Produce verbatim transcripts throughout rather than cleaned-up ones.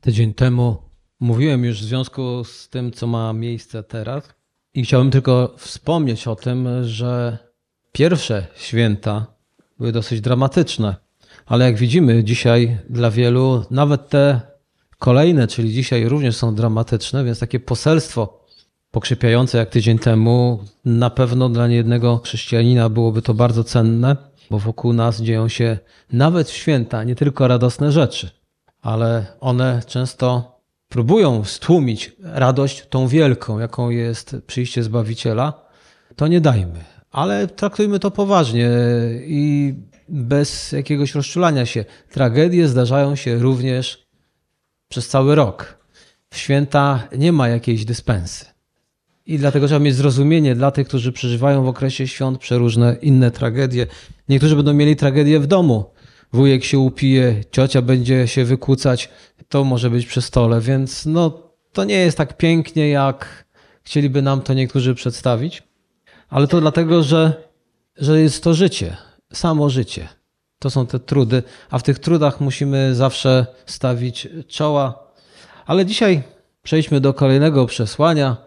Tydzień temu mówiłem już w związku z tym, co ma miejsce teraz i chciałbym tylko wspomnieć o tym, że pierwsze święta były dosyć dramatyczne, ale jak widzimy dzisiaj dla wielu nawet te kolejne, czyli dzisiaj również są dramatyczne, więc takie poselstwo pokrzepiające jak tydzień temu na pewno dla niejednego chrześcijanina byłoby to bardzo cenne, bo wokół nas dzieją się nawet w święta nie tylko radosne rzeczy, ale one często próbują stłumić radość tą wielką, jaką jest przyjście Zbawiciela. To nie dajmy, ale traktujmy to poważnie i bez jakiegoś rozczulania się. Tragedie zdarzają się również przez cały rok. W święta nie ma jakiejś dyspensy. I dlatego trzeba mieć zrozumienie dla tych, którzy przeżywają w okresie świąt przeróżne inne tragedie. Niektórzy będą mieli tragedię w domu. Wujek się upije, ciocia będzie się wykłócać, to może być przy stole, więc no, to nie jest tak pięknie, jak chcieliby nam to niektórzy przedstawić. Ale to dlatego, że, że jest to życie, samo życie. To są te trudy, a w tych trudach musimy zawsze stawić czoła. Ale dzisiaj przejdźmy do kolejnego przesłania.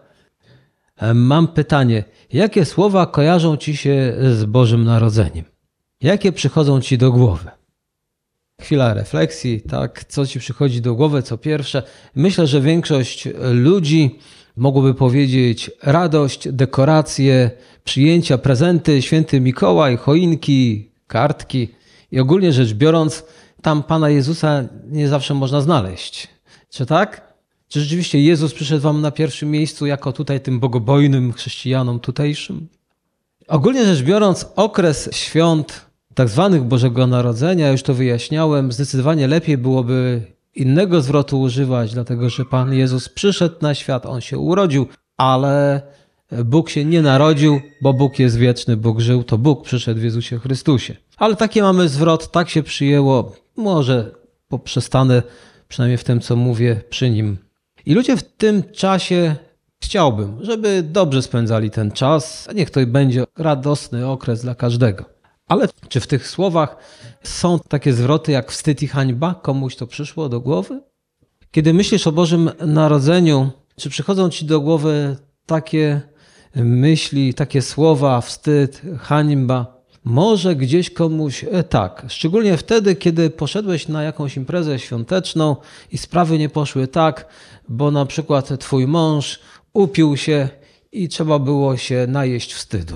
Mam pytanie, jakie słowa kojarzą ci się z Bożym Narodzeniem? Jakie przychodzą ci do głowy? Chwila refleksji, tak, co ci przychodzi do głowy, co pierwsze. Myślę, że większość ludzi mogłoby powiedzieć radość, dekoracje, przyjęcia, prezenty, święty Mikołaj, choinki, kartki. I ogólnie rzecz biorąc, tam Pana Jezusa nie zawsze można znaleźć. Czy tak? Czy rzeczywiście Jezus przyszedł wam na pierwszym miejscu jako tutaj tym bogobojnym chrześcijanom tutejszym? Ogólnie rzecz biorąc, okres świąt tak zwanych Bożego Narodzenia, już to wyjaśniałem, zdecydowanie lepiej byłoby innego zwrotu używać, dlatego że Pan Jezus przyszedł na świat, On się urodził, ale Bóg się nie narodził, bo Bóg jest wieczny, Bóg żył, to Bóg przyszedł w Jezusie Chrystusie. Ale taki mamy zwrot, tak się przyjęło, może poprzestanę przynajmniej w tym, co mówię przy nim. I ludzie w tym czasie chciałbym, żeby dobrze spędzali ten czas, a niech to będzie radosny okres dla każdego. Ale czy w tych słowach są takie zwroty jak wstyd i hańba? Komuś to przyszło do głowy? Kiedy myślisz o Bożym Narodzeniu, czy przychodzą ci do głowy takie myśli, takie słowa, wstyd, hańba? Może gdzieś komuś tak, szczególnie wtedy, kiedy poszedłeś na jakąś imprezę świąteczną i sprawy nie poszły tak, bo na przykład twój mąż upił się i trzeba było się najeść wstydu.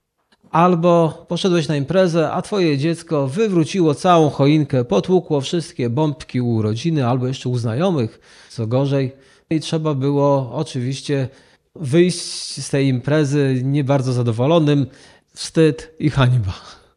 Albo poszedłeś na imprezę, a twoje dziecko wywróciło całą choinkę, potłukło wszystkie bombki u urodziny, albo jeszcze u znajomych, co gorzej. I trzeba było oczywiście wyjść z tej imprezy nie bardzo zadowolonym, wstyd i hańba.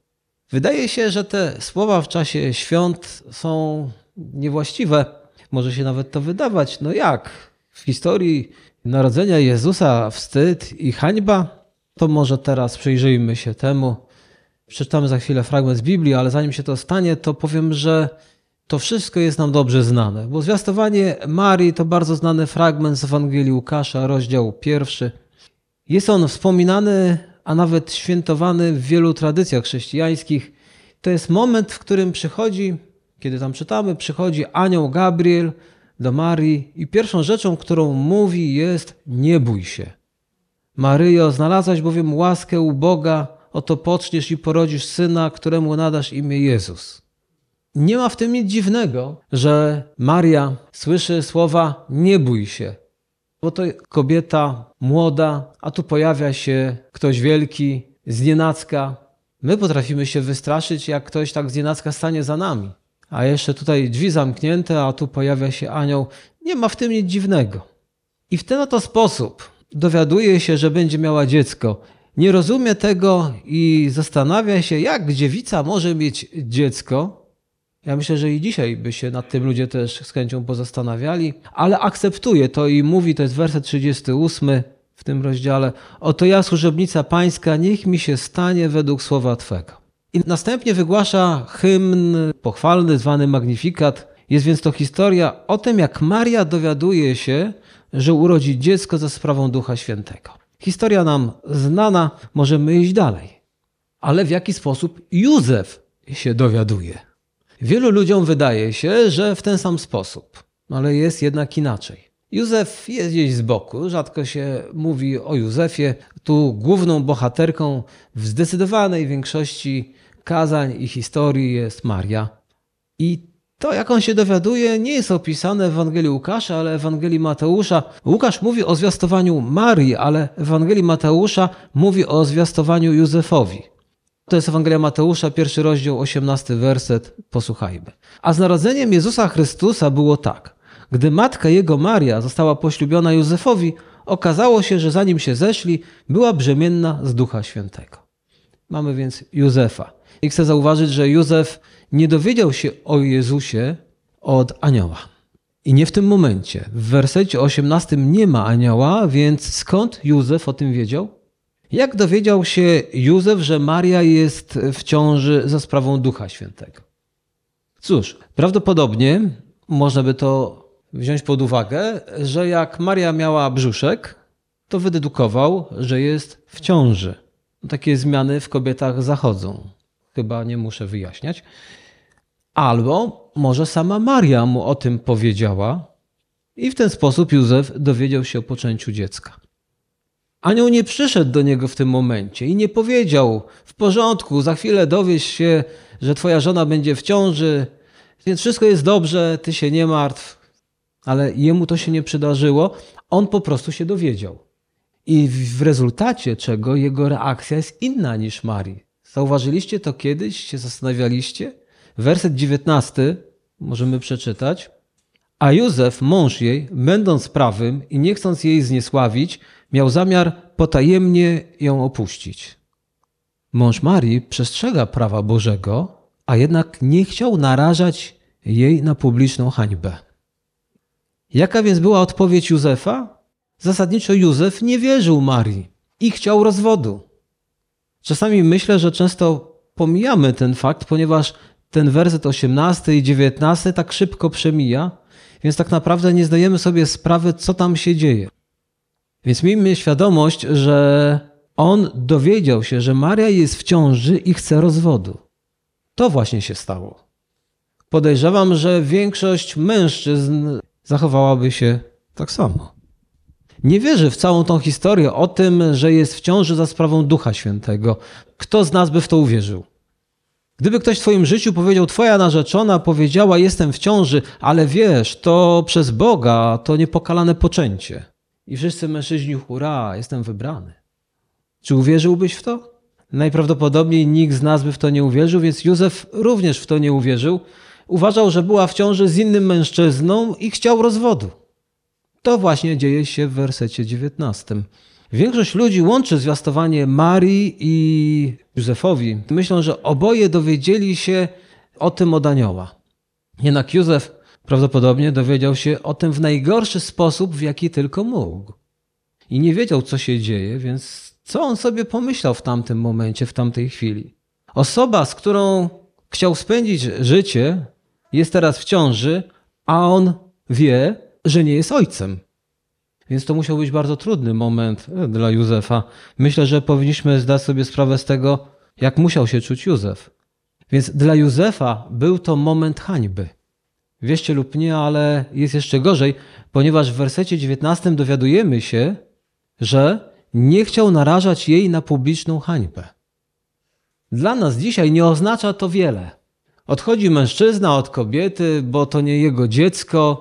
Wydaje się, że te słowa w czasie świąt są niewłaściwe. Może się nawet to wydawać. No jak? W historii narodzenia Jezusa wstyd i hańba? To może teraz przyjrzyjmy się temu. Przeczytamy za chwilę fragment z Biblii, ale zanim się to stanie, to powiem, że to wszystko jest nam dobrze znane. Bo zwiastowanie Marii to bardzo znany fragment z Ewangelii Łukasza, rozdział pierwszy. Jest on wspominany, a nawet świętowany w wielu tradycjach chrześcijańskich. To jest moment, w którym przychodzi, kiedy tam czytamy, przychodzi anioł Gabriel do Marii i pierwszą rzeczą, którą mówi jest: nie bój się. Maryjo, znalazłaś bowiem łaskę u Boga, oto poczniesz i porodzisz syna, któremu nadasz imię Jezus. Nie ma w tym nic dziwnego, że Maria słyszy słowa nie bój się, bo to kobieta młoda, a tu pojawia się ktoś wielki, znienacka. My potrafimy się wystraszyć, jak ktoś tak znienacka stanie za nami. A jeszcze tutaj drzwi zamknięte, a tu pojawia się anioł. Nie ma w tym nic dziwnego. I w ten oto sposób dowiaduje się, że będzie miała dziecko. Nie rozumie tego i zastanawia się, jak dziewica może mieć dziecko. Ja myślę, że i dzisiaj by się nad tym ludzie też z chęcią pozastanawiali, ale akceptuje to i mówi, to jest werset trzydziesty ósmy w tym rozdziale: oto ja, służebnica pańska, niech mi się stanie według słowa Twego. I następnie wygłasza hymn pochwalny zwany Magnifikat. Jest więc to historia o tym, jak Maria dowiaduje się, że urodzi dziecko za sprawą Ducha Świętego. Historia nam znana, możemy iść dalej. Ale w jaki sposób Józef się dowiaduje? Wielu ludziom wydaje się, że w ten sam sposób. ale jest jednak inaczej. Józef jest gdzieś z boku, rzadko się mówi o Józefie. Tu główną bohaterką w zdecydowanej większości kazań i historii jest Maria. I to, jak on się dowiaduje, nie jest opisane w Ewangelii Łukasza, ale w Ewangelii Mateusza. Łukasz mówi o zwiastowaniu Marii, ale w Ewangelii Mateusza mówi o zwiastowaniu Józefowi. To jest Ewangelia Mateusza, pierwszy rozdział, osiemnasty werset. Posłuchajmy. A z narodzeniem Jezusa Chrystusa było tak. Gdy matka jego Maria została poślubiona Józefowi, okazało się, że zanim się zeszli, była brzemienna z Ducha Świętego. Mamy więc Józefa. I chcę zauważyć, że Józef nie dowiedział się o Jezusie od anioła. I nie w tym momencie. W wersecie osiemnastym nie ma anioła, więc skąd Józef o tym wiedział? Jak dowiedział się Józef, że Maria jest w ciąży za sprawą Ducha Świętego? Cóż, prawdopodobnie można by to wziąć pod uwagę, że jak Maria miała brzuszek, to wydedukował, że jest w ciąży. Takie zmiany w kobietach zachodzą. Chyba nie muszę wyjaśniać. Albo może sama Maria mu o tym powiedziała i w ten sposób Józef dowiedział się o poczęciu dziecka. Anioł nie przyszedł do niego w tym momencie i nie powiedział: w porządku, za chwilę dowiesz się, że twoja żona będzie w ciąży, więc wszystko jest dobrze, ty się nie martw. Ale jemu to się nie przydarzyło, on po prostu się dowiedział. I w rezultacie czego jego reakcja jest inna niż Marii. Zauważyliście to kiedyś? Się zastanawialiście? Werset dziewiętnasty możemy przeczytać. A Józef, mąż jej, będąc prawym i nie chcąc jej zniesławić, miał zamiar potajemnie ją opuścić. Mąż Marii przestrzega prawa Bożego, a jednak nie chciał narażać jej na publiczną hańbę. Jaka więc była odpowiedź Józefa? Zasadniczo Józef nie wierzył Marii i chciał rozwodu. Czasami myślę, że często pomijamy ten fakt, ponieważ ten werset osiemnasty i dziewiętnasty tak szybko przemija, więc tak naprawdę nie zdajemy sobie sprawy, co tam się dzieje. Więc miejmy świadomość, że on dowiedział się, że Maria jest w ciąży i chce rozwodu. To właśnie się stało. Podejrzewam, że większość mężczyzn zachowałaby się tak samo. Nie wierzy w całą tą historię o tym, że jest w ciąży za sprawą Ducha Świętego. Kto z nas by w to uwierzył? Gdyby ktoś w twoim życiu powiedział: twoja narzeczona powiedziała: jestem w ciąży, ale wiesz, to przez Boga, to niepokalane poczęcie. I wszyscy mężczyźni: hurra, jestem wybrany. Czy uwierzyłbyś w to? Najprawdopodobniej nikt z nas by w to nie uwierzył, więc Józef również w to nie uwierzył. Uważał, że była w ciąży z innym mężczyzną i chciał rozwodu. To właśnie dzieje się w wersecie dziewiętnastym. Większość ludzi łączy zwiastowanie Marii i Józefowi. Myślą, że oboje dowiedzieli się o tym od anioła. Jednak Józef prawdopodobnie dowiedział się o tym w najgorszy sposób, w jaki tylko mógł. I nie wiedział, co się dzieje, więc co on sobie pomyślał w tamtym momencie, w tamtej chwili? Osoba, z którą chciał spędzić życie, jest teraz w ciąży, a on wie, że nie jest ojcem. Więc to musiał być bardzo trudny moment dla Józefa. Myślę, że powinniśmy zdać sobie sprawę z tego, jak musiał się czuć Józef. Więc dla Józefa był to moment hańby. Wierzcie lub nie, ale jest jeszcze gorzej, ponieważ w wersecie dziewiętnastym dowiadujemy się, że nie chciał narażać jej na publiczną hańbę. Dla nas dzisiaj nie oznacza to wiele. Odchodzi mężczyzna od kobiety, bo to nie jego dziecko.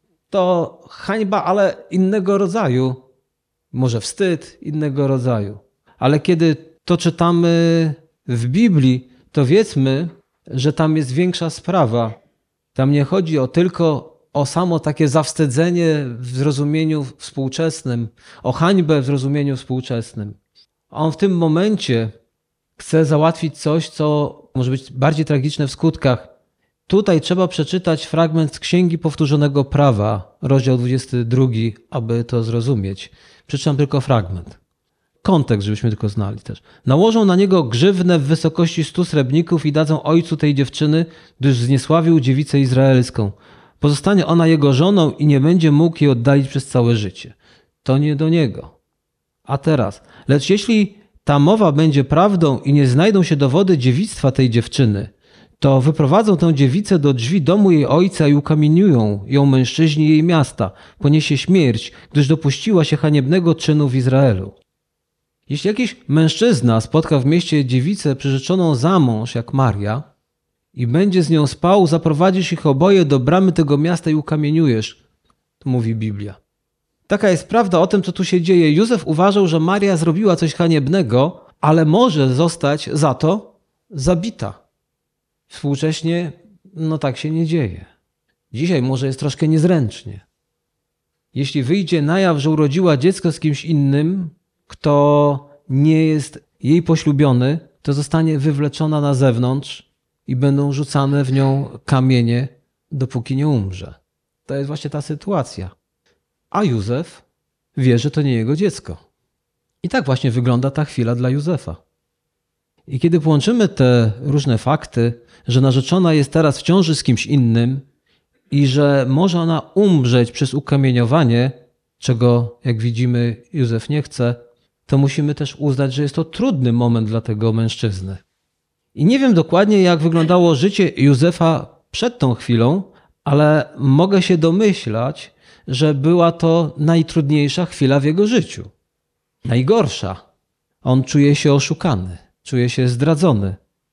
To hańba, ale innego rodzaju. Może wstyd innego rodzaju. Ale kiedy to czytamy w Biblii, to wiedzmy, że tam jest większa sprawa. Tam nie chodzi o tylko o samo takie zawstydzenie w zrozumieniu współczesnym, o hańbę w zrozumieniu współczesnym. On w tym momencie chce załatwić coś, co może być bardziej tragiczne w skutkach. Tutaj trzeba przeczytać fragment z Księgi Powtórzonego Prawa, rozdział dwudziesty drugi, aby to zrozumieć. Przeczytam tylko fragment. Kontekst, żebyśmy tylko znali też. Nałożą na niego grzywnę w wysokości stu srebrników i dadzą ojcu tej dziewczyny, gdyż zniesławił dziewicę izraelską. Pozostanie ona jego żoną i nie będzie mógł jej oddalić przez całe życie. To nie do niego. A teraz, lecz jeśli ta mowa będzie prawdą i nie znajdą się dowody dziewictwa tej dziewczyny, to wyprowadzą tę dziewicę do drzwi domu jej ojca i ukamieniują ją mężczyźni jej miasta. Poniesie śmierć, gdyż dopuściła się haniebnego czynu w Izraelu. Jeśli jakiś mężczyzna spotka w mieście dziewicę przyrzeczoną za mąż, jak Maria, i będzie z nią spał, zaprowadzisz ich oboje do bramy tego miasta i ukamieniujesz, mówi Biblia. Taka jest prawda o tym, co tu się dzieje. Józef uważał, że Maria zrobiła coś haniebnego, ale może zostać za to zabita. Współcześnie no tak się nie dzieje. Dzisiaj może jest troszkę niezręcznie. Jeśli wyjdzie na jaw, że urodziła dziecko z kimś innym, kto nie jest jej poślubiony, to zostanie wywleczona na zewnątrz i będą rzucane w nią kamienie, dopóki nie umrze. To jest właśnie ta sytuacja. A Józef wie, że to nie jego dziecko. I tak właśnie wygląda ta chwila dla Józefa. I kiedy połączymy te różne fakty, że narzeczona jest teraz w ciąży z kimś innym i że może ona umrzeć przez ukamieniowanie, czego, jak widzimy, Józef nie chce, to musimy też uznać, że jest to trudny moment dla tego mężczyzny. I nie wiem dokładnie, jak wyglądało życie Józefa przed tą chwilą, ale mogę się domyślać, że była to najtrudniejsza chwila w jego życiu. Najgorsza. On czuje się oszukany, czuje się zdradzony.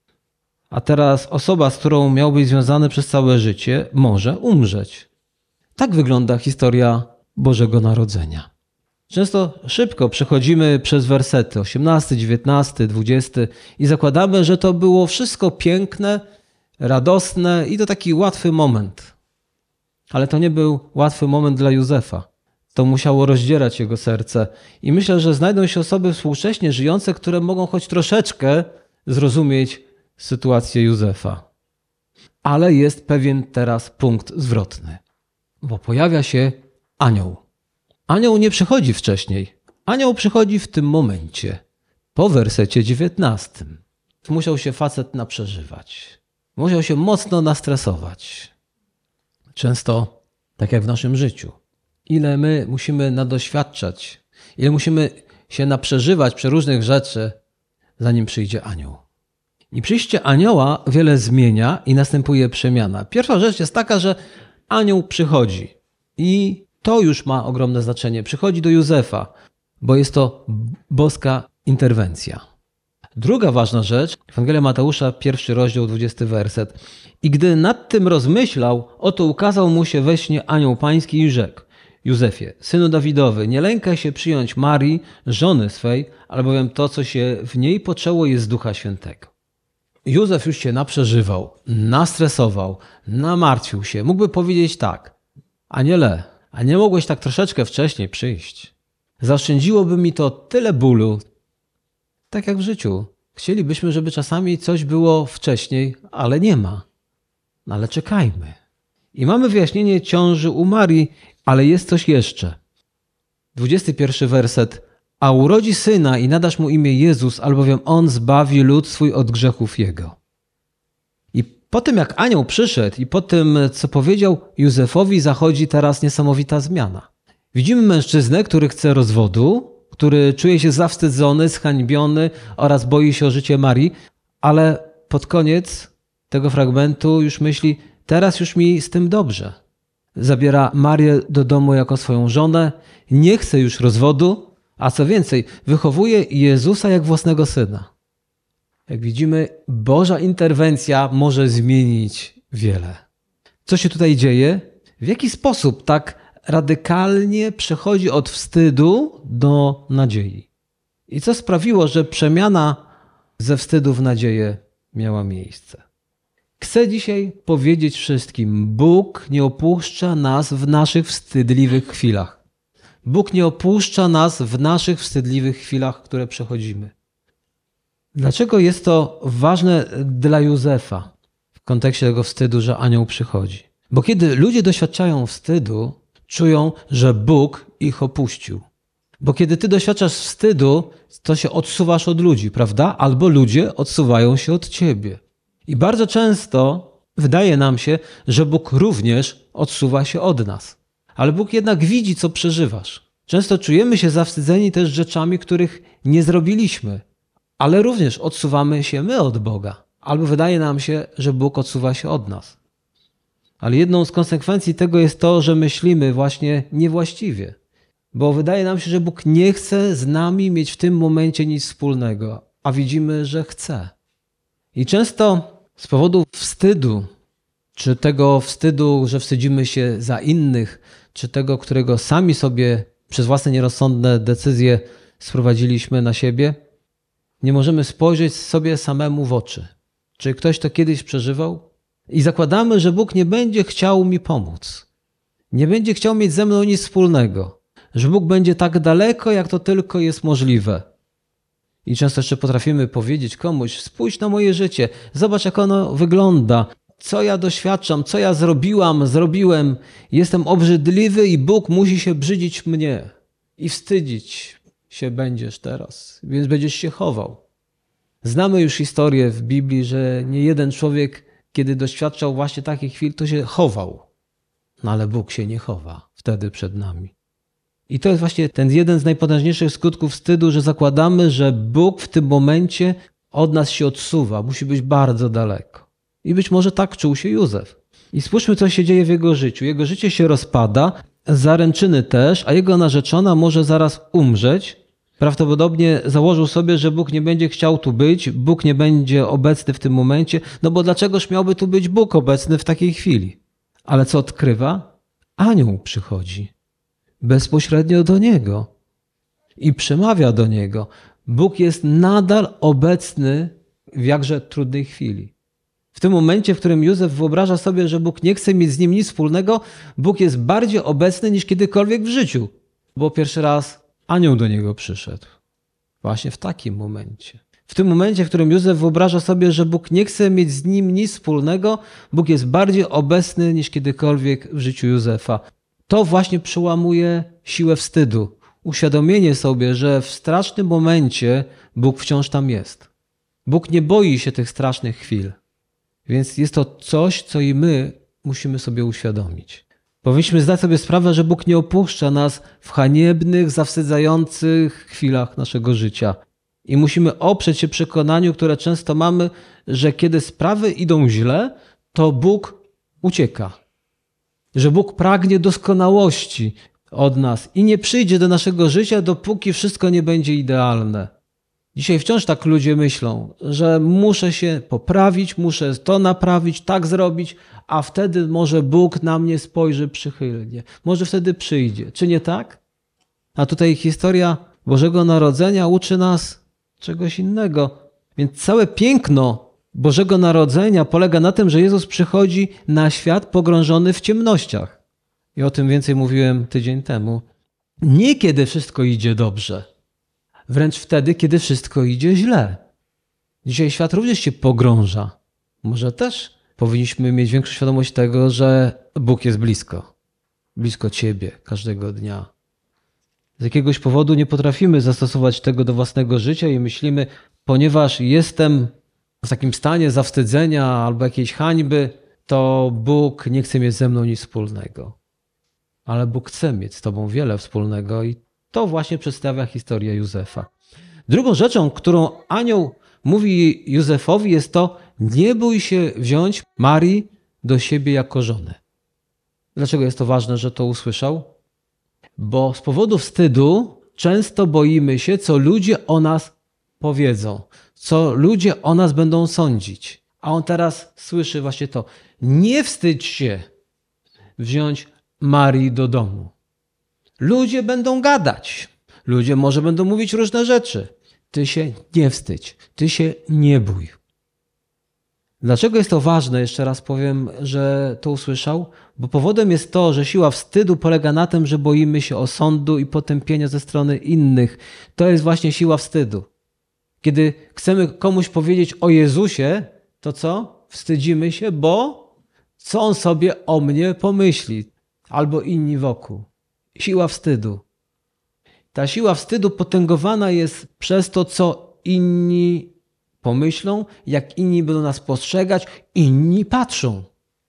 A teraz osoba, z którą miał być związany przez całe życie, może umrzeć. Tak wygląda historia Bożego Narodzenia. Często szybko przechodzimy przez wersety osiemnasty, dziewiętnasty, dwudziesty i zakładamy, że to było wszystko piękne, radosne i to taki łatwy moment. Ale to nie był łatwy moment dla Józefa. To musiało rozdzierać jego serce. I myślę, że znajdą się osoby współcześnie żyjące, które mogą choć troszeczkę zrozumieć sytuację Józefa. Ale jest pewien teraz punkt zwrotny, bo pojawia się anioł. Anioł nie przychodzi wcześniej. Anioł przychodzi w tym momencie, po wersecie dziewiętnastym. Musiał się facet naprzeżywać. Musiał się mocno nastresować. Często, tak jak w naszym życiu. Ile my musimy nadoświadczać, ile musimy się naprzeżywać przeróżnych rzeczy, zanim przyjdzie anioł. I przyjście anioła wiele zmienia i następuje przemiana. Pierwsza rzecz jest taka, że anioł przychodzi i to już ma ogromne znaczenie. Przychodzi do Józefa, bo jest to boska interwencja. Druga ważna rzecz, Ewangelia Mateusza, pierwszy rozdział, dwudziesty werset. I gdy nad tym rozmyślał, oto ukazał mu się we śnie anioł pański i rzekł: Józefie, synu Dawidowy, nie lękaj się przyjąć Marii, żony swej, albowiem to, co się w niej poczęło, jest z Ducha Świętego. Józef już się naprzeżywał, nastresował, namartwił się. Mógłby powiedzieć tak: aniele, a nie mogłeś tak troszeczkę wcześniej przyjść? Zaoszczędziłoby mi to tyle bólu. Tak jak w życiu. Chcielibyśmy, żeby czasami coś było wcześniej, ale nie ma. No ale czekajmy. I mamy wyjaśnienie ciąży u Marii, ale jest coś jeszcze. dwudziesty pierwszy werset. A urodzi syna i nadasz mu imię Jezus, albowiem on zbawi lud swój od grzechów jego. I po tym, jak anioł przyszedł i po tym, co powiedział Józefowi, zachodzi teraz niesamowita zmiana. Widzimy mężczyznę, który chce rozwodu, który czuje się zawstydzony, zhańbiony oraz boi się o życie Marii, ale pod koniec tego fragmentu już myśli: teraz już mi z tym dobrze. Zabiera Marię do domu jako swoją żonę, nie chce już rozwodu, a co więcej, wychowuje Jezusa jak własnego syna. Jak widzimy, Boża interwencja może zmienić wiele. Co się tutaj dzieje? W jaki sposób tak radykalnie przechodzi od wstydu do nadziei? I co sprawiło, że przemiana ze wstydu w nadzieję miała miejsce? Chcę dzisiaj powiedzieć wszystkim: Bóg nie opuszcza nas w naszych wstydliwych chwilach. Bóg nie opuszcza nas w naszych wstydliwych chwilach, które przechodzimy. Dlaczego jest to ważne dla Józefa w kontekście tego wstydu, że anioł przychodzi? Bo kiedy ludzie doświadczają wstydu, czują, że Bóg ich opuścił. Bo kiedy ty doświadczasz wstydu, to się odsuwasz od ludzi, prawda? Albo ludzie odsuwają się od ciebie. I bardzo często wydaje nam się, że Bóg również odsuwa się od nas. Ale Bóg jednak widzi, co przeżywasz. Często czujemy się zawstydzeni też rzeczami, których nie zrobiliśmy. Ale również odsuwamy się my od Boga. albo wydaje nam się, że Bóg odsuwa się od nas. Ale jedną z konsekwencji tego jest to, że myślimy właśnie niewłaściwie. Bo wydaje nam się, że Bóg nie chce z nami mieć w tym momencie nic wspólnego, a widzimy, że chce. I często z powodu wstydu, czy tego wstydu, że wstydzimy się za innych, czy tego, którego sami sobie przez własne nierozsądne decyzje sprowadziliśmy na siebie, nie możemy spojrzeć sobie samemu w oczy. Czy ktoś to kiedyś przeżywał? I zakładamy, że Bóg nie będzie chciał mi pomóc. Nie będzie chciał mieć ze mną nic wspólnego. Że Bóg będzie tak daleko, jak to tylko jest możliwe. I często jeszcze potrafimy powiedzieć komuś: spójrz na moje życie, zobacz, jak ono wygląda, co ja doświadczam, co ja zrobiłam, zrobiłem. Jestem obrzydliwy i Bóg musi się brzydzić mnie. I wstydzić się będziesz teraz, więc będziesz się chował. Znamy już historię w Biblii, że nie jeden człowiek, kiedy doświadczał właśnie takich chwil, to się chował. No ale Bóg się nie chowa wtedy przed nami. I to jest właśnie ten jeden z najpotężniejszych skutków wstydu, że zakładamy, że Bóg w tym momencie od nas się odsuwa, musi być bardzo daleko. I być może tak czuł się Józef. I spójrzmy, co się dzieje w jego życiu. Jego życie się rozpada, zaręczyny też, a jego narzeczona może zaraz umrzeć. Prawdopodobnie założył sobie, że Bóg nie będzie chciał tu być, Bóg nie będzie obecny w tym momencie, no bo dlaczegoż miałby tu być Bóg obecny w takiej chwili? Ale co odkrywa? Anioł przychodzi bezpośrednio do niego i przemawia do niego. Bóg jest nadal obecny w jakże trudnej chwili. W tym momencie, w którym Józef wyobraża sobie, że Bóg nie chce mieć z nim nic wspólnego, Bóg jest bardziej obecny niż kiedykolwiek w życiu, bo pierwszy raz anioł do niego przyszedł. Właśnie w takim momencie. W tym momencie, w którym Józef wyobraża sobie, że Bóg nie chce mieć z nim nic wspólnego, Bóg jest bardziej obecny niż kiedykolwiek w życiu Józefa. To właśnie przełamuje siłę wstydu. Uświadomienie sobie, że w strasznym momencie Bóg wciąż tam jest. Bóg nie boi się tych strasznych chwil. Więc jest to coś, co i my musimy sobie uświadomić. Powinniśmy zdać sobie sprawę, że Bóg nie opuszcza nas w haniebnych, zawstydzających chwilach naszego życia. I musimy oprzeć się przekonaniu, które często mamy, że kiedy sprawy idą źle, to Bóg ucieka. Że Bóg pragnie doskonałości od nas i nie przyjdzie do naszego życia, dopóki wszystko nie będzie idealne. Dzisiaj wciąż tak ludzie myślą, że muszę się poprawić, muszę to naprawić, tak zrobić, a wtedy może Bóg na mnie spojrzy przychylnie. Może wtedy przyjdzie. Czy nie tak? A tutaj historia Bożego Narodzenia uczy nas czegoś innego. Więc całe piękno Bożego Narodzenia polega na tym, że Jezus przychodzi na świat pogrążony w ciemnościach. I o tym więcej mówiłem tydzień temu. Nie kiedy wszystko idzie dobrze. Wręcz wtedy, kiedy wszystko idzie źle. Dzisiaj świat również się pogrąża. Może też powinniśmy mieć większą świadomość tego, że Bóg jest blisko. Blisko ciebie każdego dnia. Z jakiegoś powodu nie potrafimy zastosować tego do własnego życia i myślimy, ponieważ jestem w takim stanie zawstydzenia albo jakiejś hańby, to Bóg nie chce mieć ze mną nic wspólnego. Ale Bóg chce mieć z tobą wiele wspólnego i to właśnie przedstawia historia Józefa. Drugą rzeczą, którą anioł mówi Józefowi, jest to: nie bój się wziąć Marii do siebie jako żony. Dlaczego jest to ważne, że to usłyszał? Bo z powodu wstydu często boimy się, co ludzie o nas powiedzą, co ludzie o nas będą sądzić. A on teraz słyszy właśnie to: nie wstydź się wziąć Marii do domu. Ludzie będą gadać. Ludzie może będą mówić różne rzeczy. Ty się nie wstydź. Ty się nie bój. Dlaczego jest to ważne? Jeszcze raz powiem, że to usłyszał. Bo powodem jest to, że siła wstydu polega na tym, że boimy się osądu i potępienia ze strony innych. To jest właśnie siła wstydu. Kiedy chcemy komuś powiedzieć o Jezusie, to co? Wstydzimy się, bo co on sobie o mnie pomyśli? Albo inni wokół. Siła wstydu. Ta siła wstydu potęgowana jest przez to, co inni pomyślą, jak inni będą nas postrzegać, inni patrzą.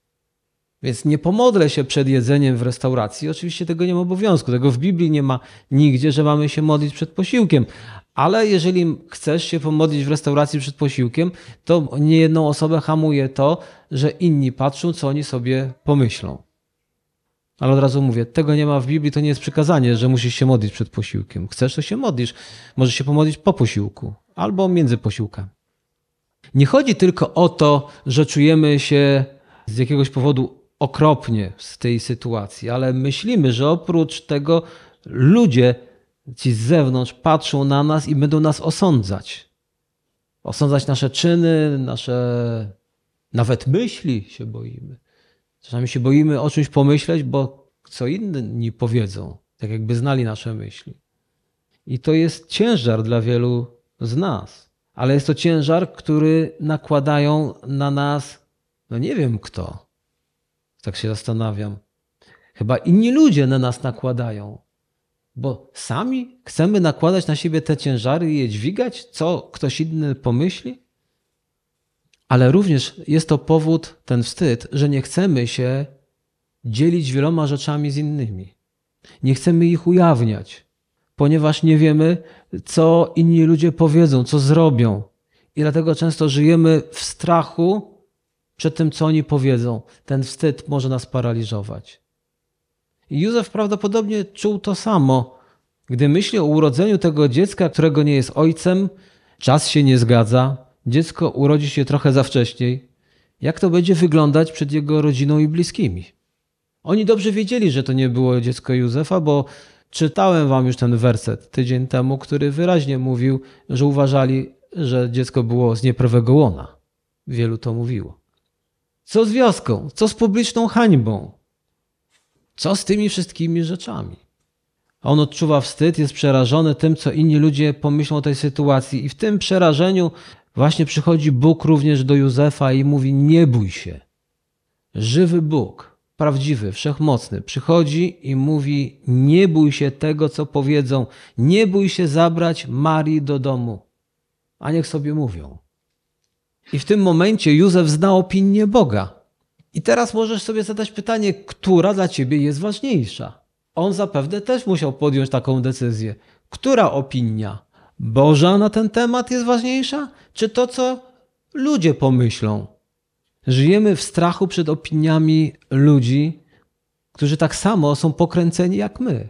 Więc nie pomodlę się przed jedzeniem w restauracji. Oczywiście tego nie ma obowiązku. Tego w Biblii nie ma nigdzie, że mamy się modlić przed posiłkiem. Ale jeżeli chcesz się pomodlić w restauracji przed posiłkiem, to niejedną osobę hamuje to, że inni patrzą, co oni sobie pomyślą. Ale od razu mówię, tego nie ma w Biblii, to nie jest przykazanie, że musisz się modlić przed posiłkiem. Chcesz, to się modlisz. Możesz się pomodlić po posiłku albo między posiłkami. Nie chodzi tylko o to, że czujemy się z jakiegoś powodu okropnie z tej sytuacji, ale myślimy, że oprócz tego ludzie ci z zewnątrz patrzą na nas i będą nas osądzać. Osądzać nasze czyny, nasze nawet myśli się boimy. Czasami się boimy o czymś pomyśleć, bo co inni powiedzą, tak jakby znali nasze myśli. I to jest ciężar dla wielu z nas. Ale jest to ciężar, który nakładają na nas, no nie wiem kto. Tak się zastanawiam. Chyba inni ludzie na nas nakładają. Bo sami chcemy nakładać na siebie te ciężary i je dźwigać, co ktoś inny pomyśli? Ale również jest to powód, ten wstyd, że nie chcemy się dzielić wieloma rzeczami z innymi. Nie chcemy ich ujawniać, ponieważ nie wiemy, co inni ludzie powiedzą, co zrobią. I dlatego często żyjemy w strachu przed tym, co oni powiedzą. Ten wstyd może nas paraliżować. I Józef prawdopodobnie czuł to samo. Gdy myśli o urodzeniu tego dziecka, którego nie jest ojcem, czas się nie zgadza, dziecko urodzi się trochę za wcześniej. Jak to będzie wyglądać przed jego rodziną i bliskimi? Oni dobrze wiedzieli, że to nie było dziecko Józefa, bo czytałem wam już ten werset tydzień temu, który wyraźnie mówił, że uważali, że dziecko było z nieprawego łona. Wielu to mówiło. Co z wioską? Co z publiczną hańbą? Co z tymi wszystkimi rzeczami? On odczuwa wstyd, jest przerażony tym, co inni ludzie pomyślą o tej sytuacji. I w tym przerażeniu właśnie przychodzi Bóg również do Józefa i mówi: nie bój się. Żywy Bóg, prawdziwy, wszechmocny, przychodzi i mówi: nie bój się tego, co powiedzą. Nie bój się zabrać Marii do domu. A niech sobie mówią. I w tym momencie Józef zna opinię Boga. I teraz możesz sobie zadać pytanie, która dla ciebie jest ważniejsza? On zapewne też musiał podjąć taką decyzję. Która opinia Boża na ten temat jest ważniejsza? Czy to, co ludzie pomyślą? Żyjemy w strachu przed opiniami ludzi, którzy tak samo są pokręceni jak my.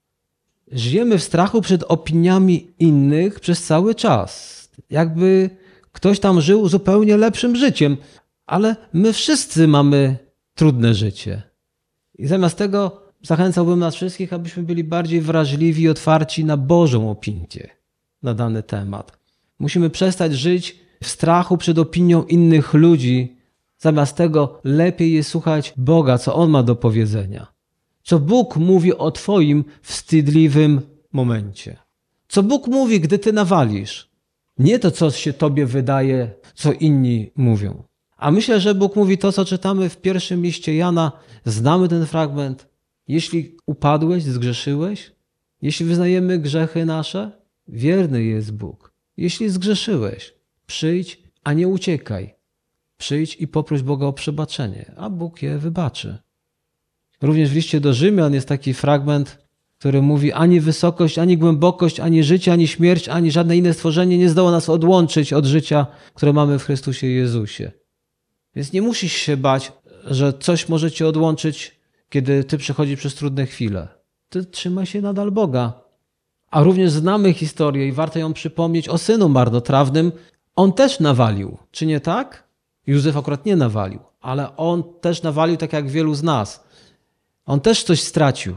Żyjemy w strachu przed opiniami innych przez cały czas. Jakby ktoś tam żył zupełnie lepszym życiem, ale my wszyscy mamy trudne życie. I zamiast tego zachęcałbym nas wszystkich, abyśmy byli bardziej wrażliwi i otwarci na Bożą opinię na dany temat. Musimy przestać żyć w strachu przed opinią innych ludzi. Zamiast tego lepiej jest słuchać Boga, co On ma do powiedzenia. Co Bóg mówi o twoim wstydliwym momencie. Co Bóg mówi, gdy ty nawalisz. Nie to, co się tobie wydaje, co inni mówią. A myślę, że Bóg mówi to, co czytamy w pierwszym liście Jana. Znamy ten fragment. Jeśli upadłeś, zgrzeszyłeś, jeśli wyznajemy grzechy nasze, wierny jest Bóg. Jeśli zgrzeszyłeś, przyjdź, a nie uciekaj. Przyjdź i poproś Boga o przebaczenie, a Bóg je wybaczy. Również w liście do Rzymian jest taki fragment, który mówi: ani wysokość, ani głębokość, ani życie, ani śmierć, ani żadne inne stworzenie nie zdoła nas odłączyć od życia, które mamy w Chrystusie Jezusie. Więc nie musisz się bać, że coś może cię odłączyć, kiedy ty przechodzisz przez trudne chwile. Ty trzymaj się nadal Boga. A również znamy historię i warto ją przypomnieć o synu marnotrawnym. On też nawalił, czy nie tak? Józef akurat nie nawalił, ale on też nawalił tak jak wielu z nas. On też coś stracił.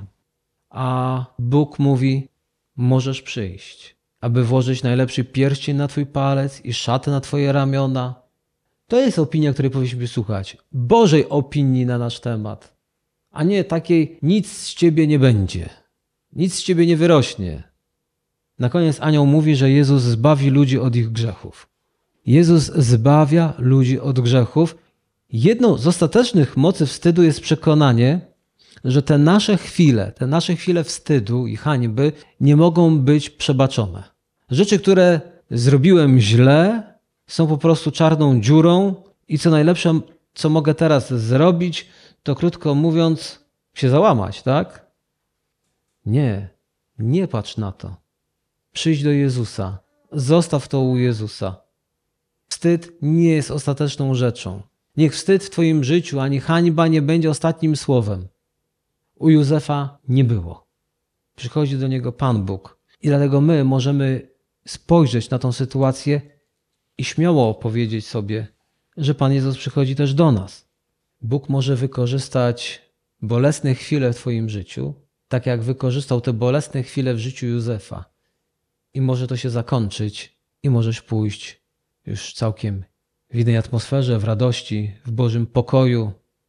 A Bóg mówi: możesz przyjść, aby włożyć najlepszy pierścień na twój palec i szatę na twoje ramiona. To jest opinia, której powinniśmy słuchać. Bożej opinii na nasz temat. A nie takiej: nic z ciebie nie będzie. Nic z ciebie nie wyrośnie. Na koniec anioł mówi, że Jezus zbawi ludzi od ich grzechów. Jezus zbawia ludzi od grzechów. Jedną z ostatecznych mocy wstydu jest przekonanie, że te nasze chwile, te nasze chwile wstydu i hańby nie mogą być przebaczone. Rzeczy, które zrobiłem źle, są po prostu czarną dziurą i co najlepsze, co mogę teraz zrobić, to krótko mówiąc, się załamać, tak? Nie, nie patrz na to. Przyjdź do Jezusa. Zostaw to u Jezusa. Wstyd nie jest ostateczną rzeczą. Niech wstyd w twoim życiu ani hańba nie będzie ostatnim słowem. U Józefa nie było. Przychodzi do niego Pan Bóg. I dlatego my możemy spojrzeć na tą sytuację i śmiało powiedzieć sobie, że Pan Jezus przychodzi też do nas. Bóg może wykorzystać bolesne chwile w twoim życiu, tak jak wykorzystał te bolesne chwile w życiu Józefa. I może to się zakończyć i możesz pójść już całkiem w innej atmosferze, w radości, w Bożym pokoju.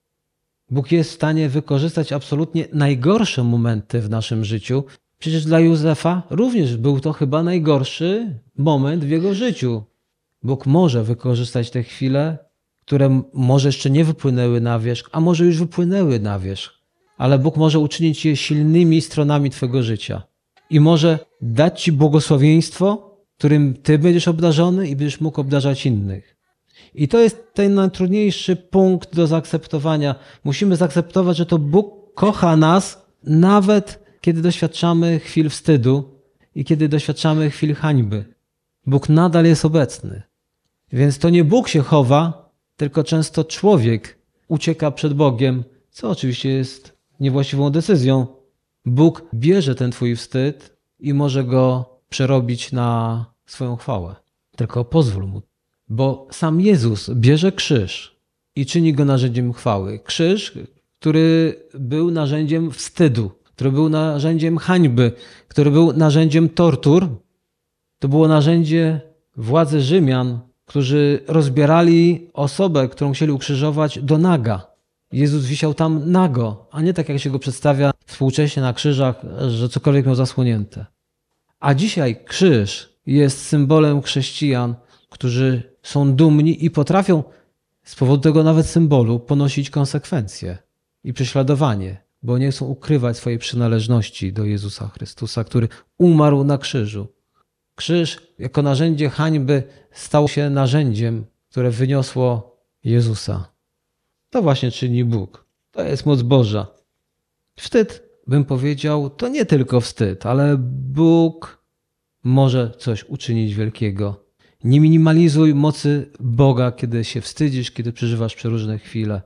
Bóg jest w stanie wykorzystać absolutnie najgorsze momenty w naszym życiu. Przecież dla Józefa również był to chyba najgorszy moment w jego życiu. Bóg może wykorzystać te chwile, które może jeszcze nie wypłynęły na wierzch, a może już wypłynęły na wierzch. Ale Bóg może uczynić je silnymi stronami twojego życia. I może dać ci błogosławieństwo, którym ty będziesz obdarzony i będziesz mógł obdarzać innych. I to jest ten najtrudniejszy punkt do zaakceptowania. Musimy zaakceptować, że to Bóg kocha nas, nawet kiedy doświadczamy chwil wstydu i kiedy doświadczamy chwil hańby. Bóg nadal jest obecny. Więc to nie Bóg się chowa, tylko często człowiek ucieka przed Bogiem, co oczywiście jest niewłaściwą decyzją. Bóg bierze ten twój wstyd i może go przerobić na swoją chwałę. Tylko pozwól mu. Bo sam Jezus bierze krzyż i czyni go narzędziem chwały. Krzyż, który był narzędziem wstydu, który był narzędziem hańby, który był narzędziem tortur. To było narzędzie władzy Rzymian, którzy rozbierali osobę, którą chcieli ukrzyżować, do naga. Jezus wisiał tam nago, a nie tak jak się go przedstawia współcześnie na krzyżach, że cokolwiek miał zasłonięte. A dzisiaj krzyż jest symbolem chrześcijan, którzy są dumni i potrafią z powodu tego nawet symbolu ponosić konsekwencje i prześladowanie, bo nie chcą ukrywać swojej przynależności do Jezusa Chrystusa, który umarł na krzyżu. Krzyż jako narzędzie hańby stał się narzędziem, które wyniosło Jezusa. To właśnie czyni Bóg. To jest moc Boża. Wstyd, bym powiedział, to nie tylko wstyd, ale Bóg może coś uczynić wielkiego. Nie minimalizuj mocy Boga, kiedy się wstydzisz, kiedy przeżywasz przeróżne chwile.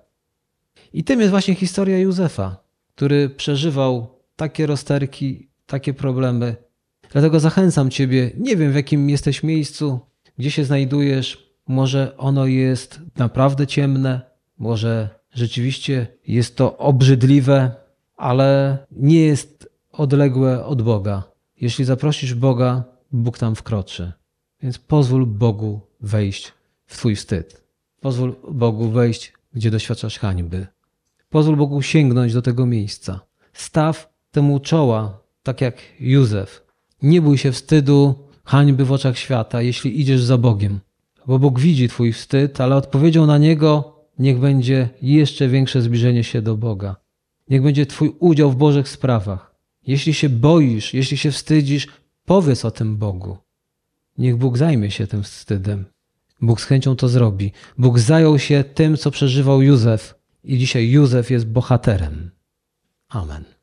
I tym jest właśnie historia Józefa, który przeżywał takie rozterki, takie problemy. Dlatego zachęcam ciebie, nie wiem w jakim jesteś miejscu, gdzie się znajdujesz, może ono jest naprawdę ciemne, może rzeczywiście jest to obrzydliwe, ale nie jest odległe od Boga. Jeśli zaprosisz Boga, Bóg tam wkroczy. Więc pozwól Bogu wejść w twój wstyd. Pozwól Bogu wejść, gdzie doświadczasz hańby. Pozwól Bogu sięgnąć do tego miejsca. Staw temu czoła, tak jak Józef. Nie bój się wstydu, hańby w oczach świata, jeśli idziesz za Bogiem. Bo Bóg widzi twój wstyd, ale odpowiedzią na niego niech będzie jeszcze większe zbliżenie się do Boga. Niech będzie twój udział w Bożych sprawach. Jeśli się boisz, jeśli się wstydzisz, powiedz o tym Bogu. Niech Bóg zajmie się tym wstydem. Bóg z chęcią to zrobi. Bóg zajął się tym, co przeżywał Józef i dzisiaj Józef jest bohaterem. Amen.